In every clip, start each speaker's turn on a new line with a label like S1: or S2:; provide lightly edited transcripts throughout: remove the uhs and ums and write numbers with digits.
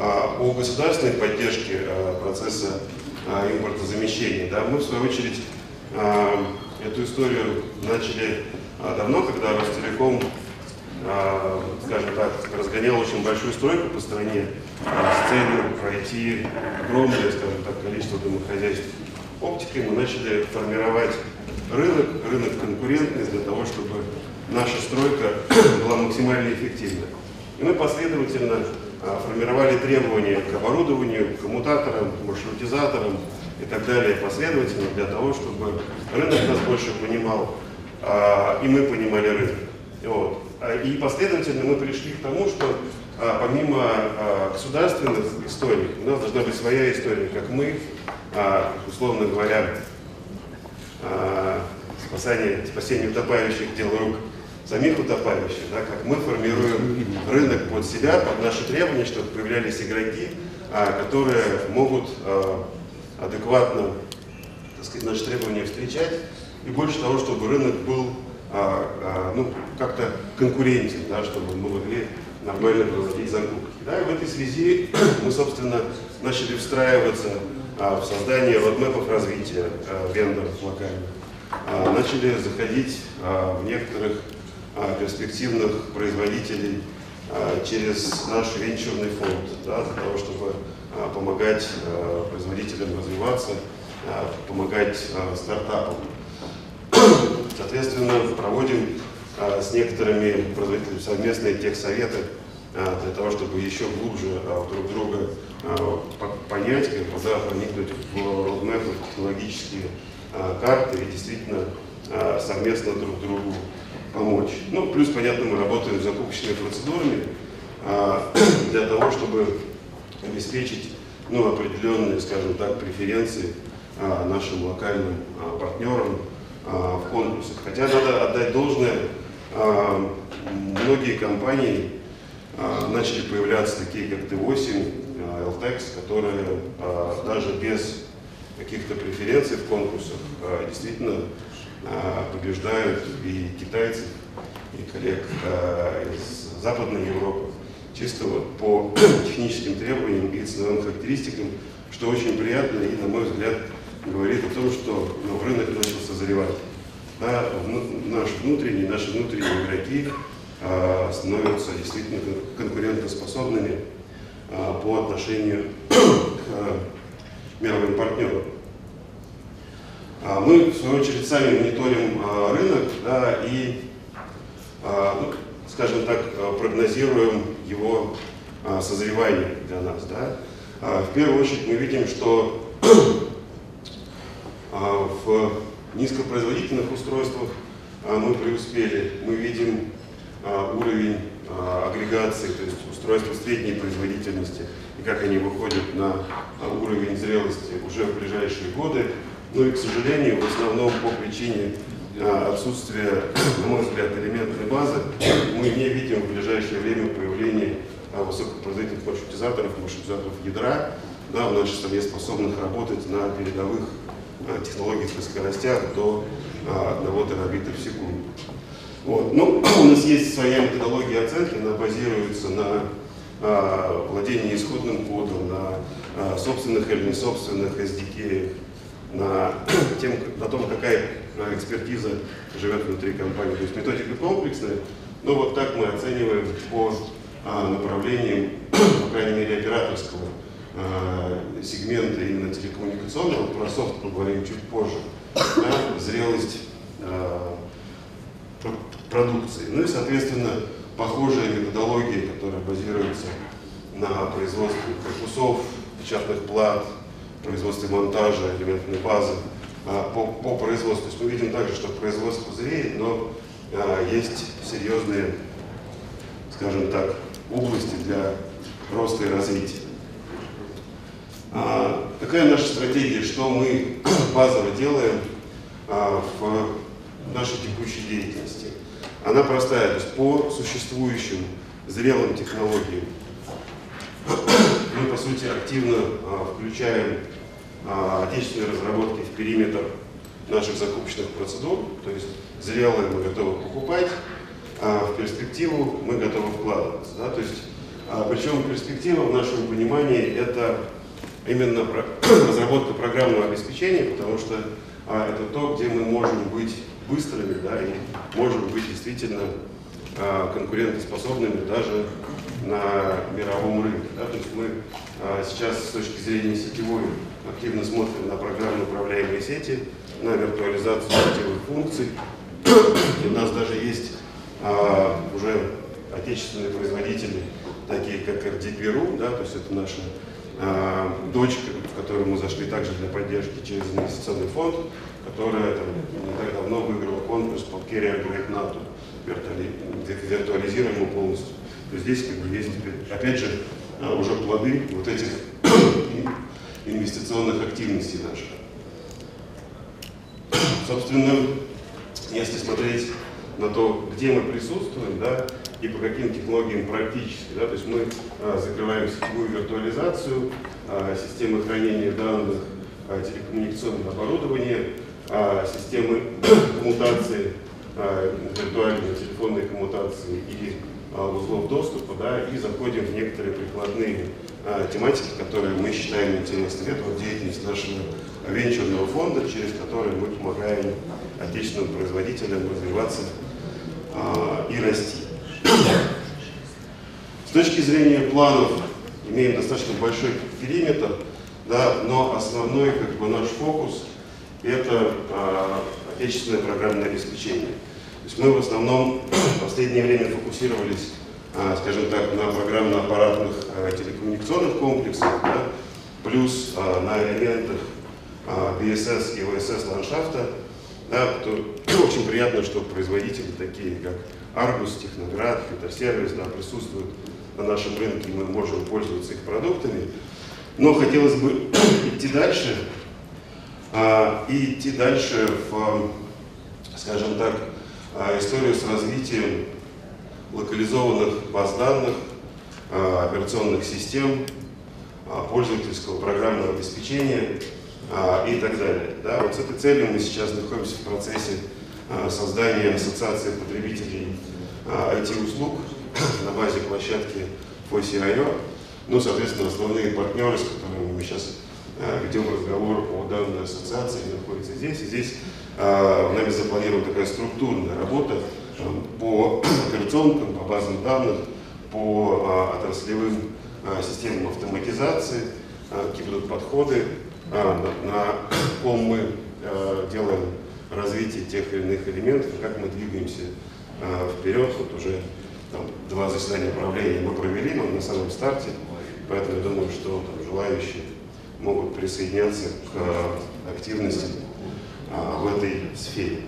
S1: о государственной поддержке процесса импортозамещения. Да, мы, в свою очередь, эту историю начали давно, когда Ростелеком, скажем так, разгонял очень большую стройку по стране с целью пройти огромное, скажем так, количество домохозяйств оптикой. Мы начали формировать рынок конкурентный для того, чтобы наша стройка была максимально эффективна. И мы последовательно формировали требования к оборудованию, к коммутаторам, к маршрутизаторам и так далее последовательно для того, чтобы рынок нас больше понимал, и мы понимали рынок. Вот. И последовательно мы пришли к тому, что помимо государственных историй, у нас должна быть своя история, как мы, условно говоря, спасение утопающих – дело рук самих утопающих, да, как мы формируем рынок под себя, под наши требования, чтобы появлялись игроки, которые могут адекватно, так сказать, наши требования встречать, и больше того, чтобы рынок был ну, как-то конкурентен, да, чтобы мы могли нормально проводить закупки. Да, и в этой связи мы, собственно, начали встраиваться в создание родмэпов развития вендоров локальных, начали заходить в некоторых перспективных производителей через наш венчурный фонд, да, для того, чтобы помогать производителям развиваться, помогать стартапам. Соответственно, проводим с некоторыми производителями совместные техсоветы для того, чтобы еще глубже друг друга понять, куда проникнуть в родмэпы, в технологические карты и действительно совместно друг другу помочь. Ну, плюс, понятно, мы работаем с закупочными процедурами для того, чтобы обеспечить, ну, определенные, скажем так, преференции нашим локальным партнерам в конкурсах. Хотя надо отдать должное, многие компании начали появляться, такие как T8, LTEX, которые даже без каких-то преференций в конкурсах действительно побеждают и китайцев, и коллег из Западной Европы, чисто вот по техническим требованиям и ценовым характеристикам, что очень приятно и, на мой взгляд, говорит о том, что рынок начал созревать. Да, наши внутренние игроки становятся действительно конкурентоспособными по отношению к мировым партнерам. Мы, в свою очередь, сами мониторим рынок, да, и, ну, скажем так, прогнозируем его созревание для нас. Да. В первую очередь мы видим, что в низкопроизводительных устройствах мы преуспели. Мы видим уровень агрегации, то есть устройства средней производительности, и как они выходят на уровень зрелости уже в ближайшие годы. Ну и, к сожалению, в основном по причине отсутствия, на мой взгляд, элементной базы, мы не видим в ближайшее время появления высокопроизводительных маршрутизаторов ядра, да, в нашей стране способных работать на передовых технологических скоростях до 1 терабита в секунду. Вот. Ну, у нас есть своя методология оценки, она базируется на владении исходным кодом, на собственных или несобственных SDK, на том, какая экспертиза живет внутри компании. То есть методика комплексная, но вот так мы оцениваем по направлениям, по крайней мере, операторского сегмента именно телекоммуникационного, про софт поговорим чуть позже, да, зрелость продукции. Ну и, соответственно, похожая методология, которая базируется на производстве корпусов, печатных плат, производстве монтажа, элементной базы, по производству. То есть мы видим также, что производство зреет, но есть серьезные, скажем так, области для роста и развития. Какая наша стратегия, что мы базово делаем в нашей текущей деятельности? Она простая, то есть по существующим зрелым технологиям мы, по сути, активно включаем отечественные разработки в периметр наших закупочных процедур, то есть зрелые мы готовы покупать, а в перспективу мы готовы вкладываться. Да? То есть Причем перспектива в нашем понимании это именно разработка программного обеспечения, потому что это то, где мы можем быть быстрыми, да, и можем быть действительно конкурентоспособными даже на мировом рынке. Да. То есть мы сейчас с точки зрения сетевой активно смотрим на программно управляемые сети, на виртуализацию сетевых функций. И у нас даже есть уже отечественные производители, такие как RDP.ru, да, то есть это наша дочка, в которую мы зашли также для поддержки через инвестиционный фонд, которая не так давно выиграла конкурс по Carrier Grade НАТО, виртуализируемую полностью. То есть здесь как бы есть, опять же, уже плоды вот этих инвестиционных активностей наших. Собственно, если смотреть на то, где мы присутствуем, да, и по каким технологиям практически, да, то есть мы закрываем сетевую виртуализацию, системы хранения данных, телекоммуникационное оборудование, системы коммутации, виртуальной телефонной коммутации и узлов доступа, да, и заходим в некоторые прикладные тематики, которые мы считаем интересными. Это вот деятельность нашего венчурного фонда, через который мы помогаем отечественным производителям развиваться и расти. С точки зрения планов имеем достаточно большой периметр, да, но основной как бы, наш фокус – это отечественное программное обеспечение. То есть мы в основном в последнее время фокусировались, скажем так, на программно-аппаратных телекоммуникационных комплексах, да, плюс на элементах BSS и OSS ландшафта. Да, очень приятно, что производители такие, как Argus, Техноград, Фитосервис, да, присутствуют на нашем рынке, и мы можем пользоваться их продуктами. Но хотелось бы идти дальше, в, скажем так, историю с развитием локализованных баз данных, операционных систем, пользовательского программного обеспечения и так далее. Да, вот с этой целью мы сейчас находимся в процессе создания ассоциации потребителей IT-услуг на базе площадки FOSI.io. Ну, соответственно, основные партнеры, с которыми мы сейчас ведем разговор о данной ассоциации, находятся здесь. И здесь нами запланирована такая структурная работа по операционкам, по базам данных, по отраслевым системам автоматизации, какие будут подходы, на ком мы делаем развитие тех или иных элементов, как мы двигаемся вперед. Вот уже там, 2 заседания управления мы провели, но на самом старте, поэтому я думаю, что там, желающие могут присоединяться к активности в этой сфере.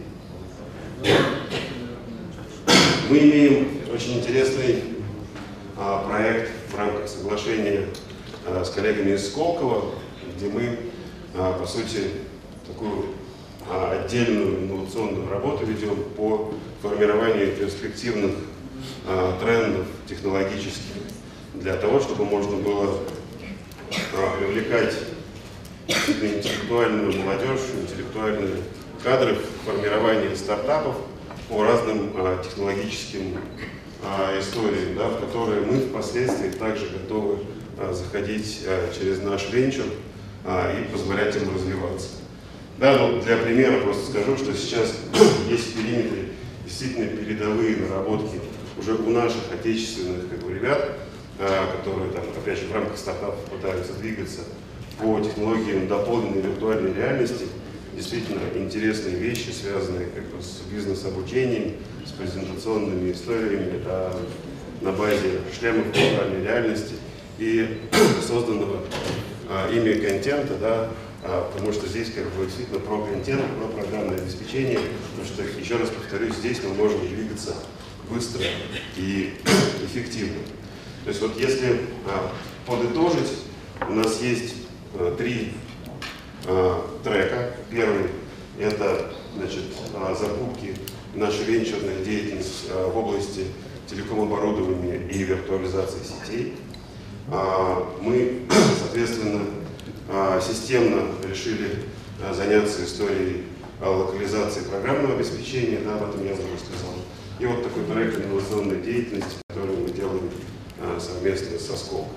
S1: Мы имеем очень интересный проект в рамках соглашения с коллегами из Сколково, где мы, по сути, такую отдельную инновационную работу ведем по формированию перспективных трендов технологических для того, чтобы можно было привлекать интеллектуальную молодежь, интеллектуальные кадры в формировании стартапов по разным технологическим историям, да, в которые мы впоследствии также готовы заходить через наш венчур и позволять им развиваться. Да, ну, для примера просто скажу, что сейчас есть в периметре действительно передовые наработки уже у наших отечественных как бы, ребят, которые там, опять же, в рамках стартапов пытаются двигаться по технологиям дополненной виртуальной реальности. Действительно интересные вещи, связанные как бы, с бизнес-обучением, с презентационными историями, да, на базе шлемов виртуальной реальности и созданного ими контента, да, потому что здесь как бы, действительно про контент, про программное обеспечение, потому что, еще раз повторюсь, здесь мы можем двигаться быстро и эффективно. То есть вот если подытожить, у нас есть 3 трека. Первый – это значит, закупки, наша венчурная деятельность в области телеком-оборудования и виртуализации сетей. Мы, соответственно, системно решили заняться историей локализации программного обеспечения, да, об этом я уже рассказал. И вот такой проект инновационной деятельности, который мы делаем совместно совместно с Осколком.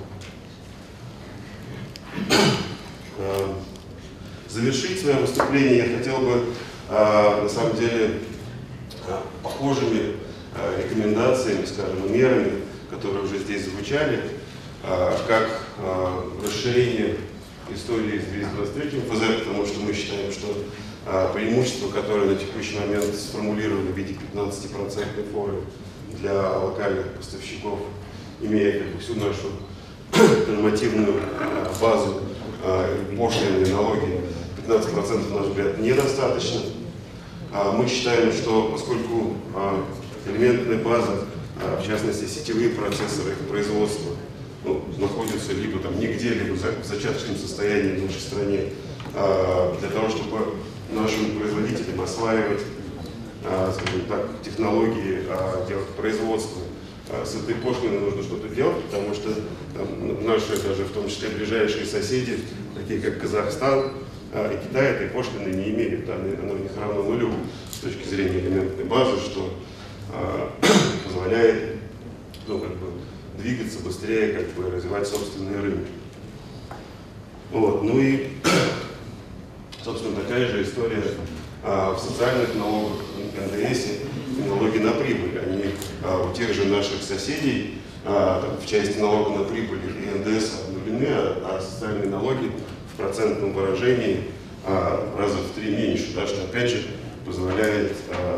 S1: Завершить свое выступление я хотел бы, на самом деле, похожими рекомендациями, скажем, мерами, которые уже здесь звучали, как расширение истории с 223 ФЗ, потому что мы считаем, что преимущество, которое на текущий момент сформулировано в виде 15% форы для локальных поставщиков, имея как бы всю нашу нормативную базу, пошлины и налоги, 15%, на наш взгляд, недостаточно. Мы считаем, что поскольку элементная база, в частности сетевые процессоры их производства, находятся либо там нигде, либо в зачаточном состоянии в нашей стране, для того, чтобы нашим производителям осваивать, скажем так, технологии, делать производство, с этой пошлиной нужно что-то делать, потому что там, наши, даже в том числе ближайшие соседи, такие как Казахстан и Китай, этой пошлины не имеют. Она у них равна нулю с точки зрения элементной базы, что позволяет двигаться быстрее, развивать собственные рынки. Вот. Ну и, собственно, такая же история в социальных налогах, НДС и налоги на прибыль. Они у тех же наших соседей в части налога на прибыль и НДС обнулены, а социальные налоги в процентном выражении раза в 3 меньше, да, что опять же позволяет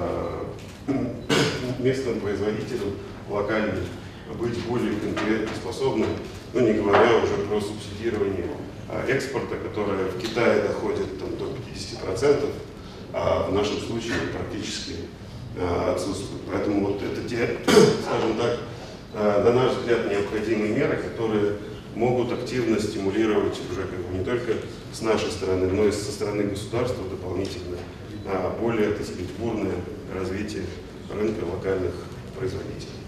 S1: местным производителям локальным быть более конкурентоспособным, не говоря уже про субсидирование экспорта, которое в Китае доходит до 50%, а в нашем случае практически отсутствует. Поэтому вот это те, скажем так, на наш взгляд, необходимые меры, которые могут активно стимулировать уже не только с нашей стороны, но и со стороны государства дополнительно более, так сказать, бурное развитие рынка локальных производителей.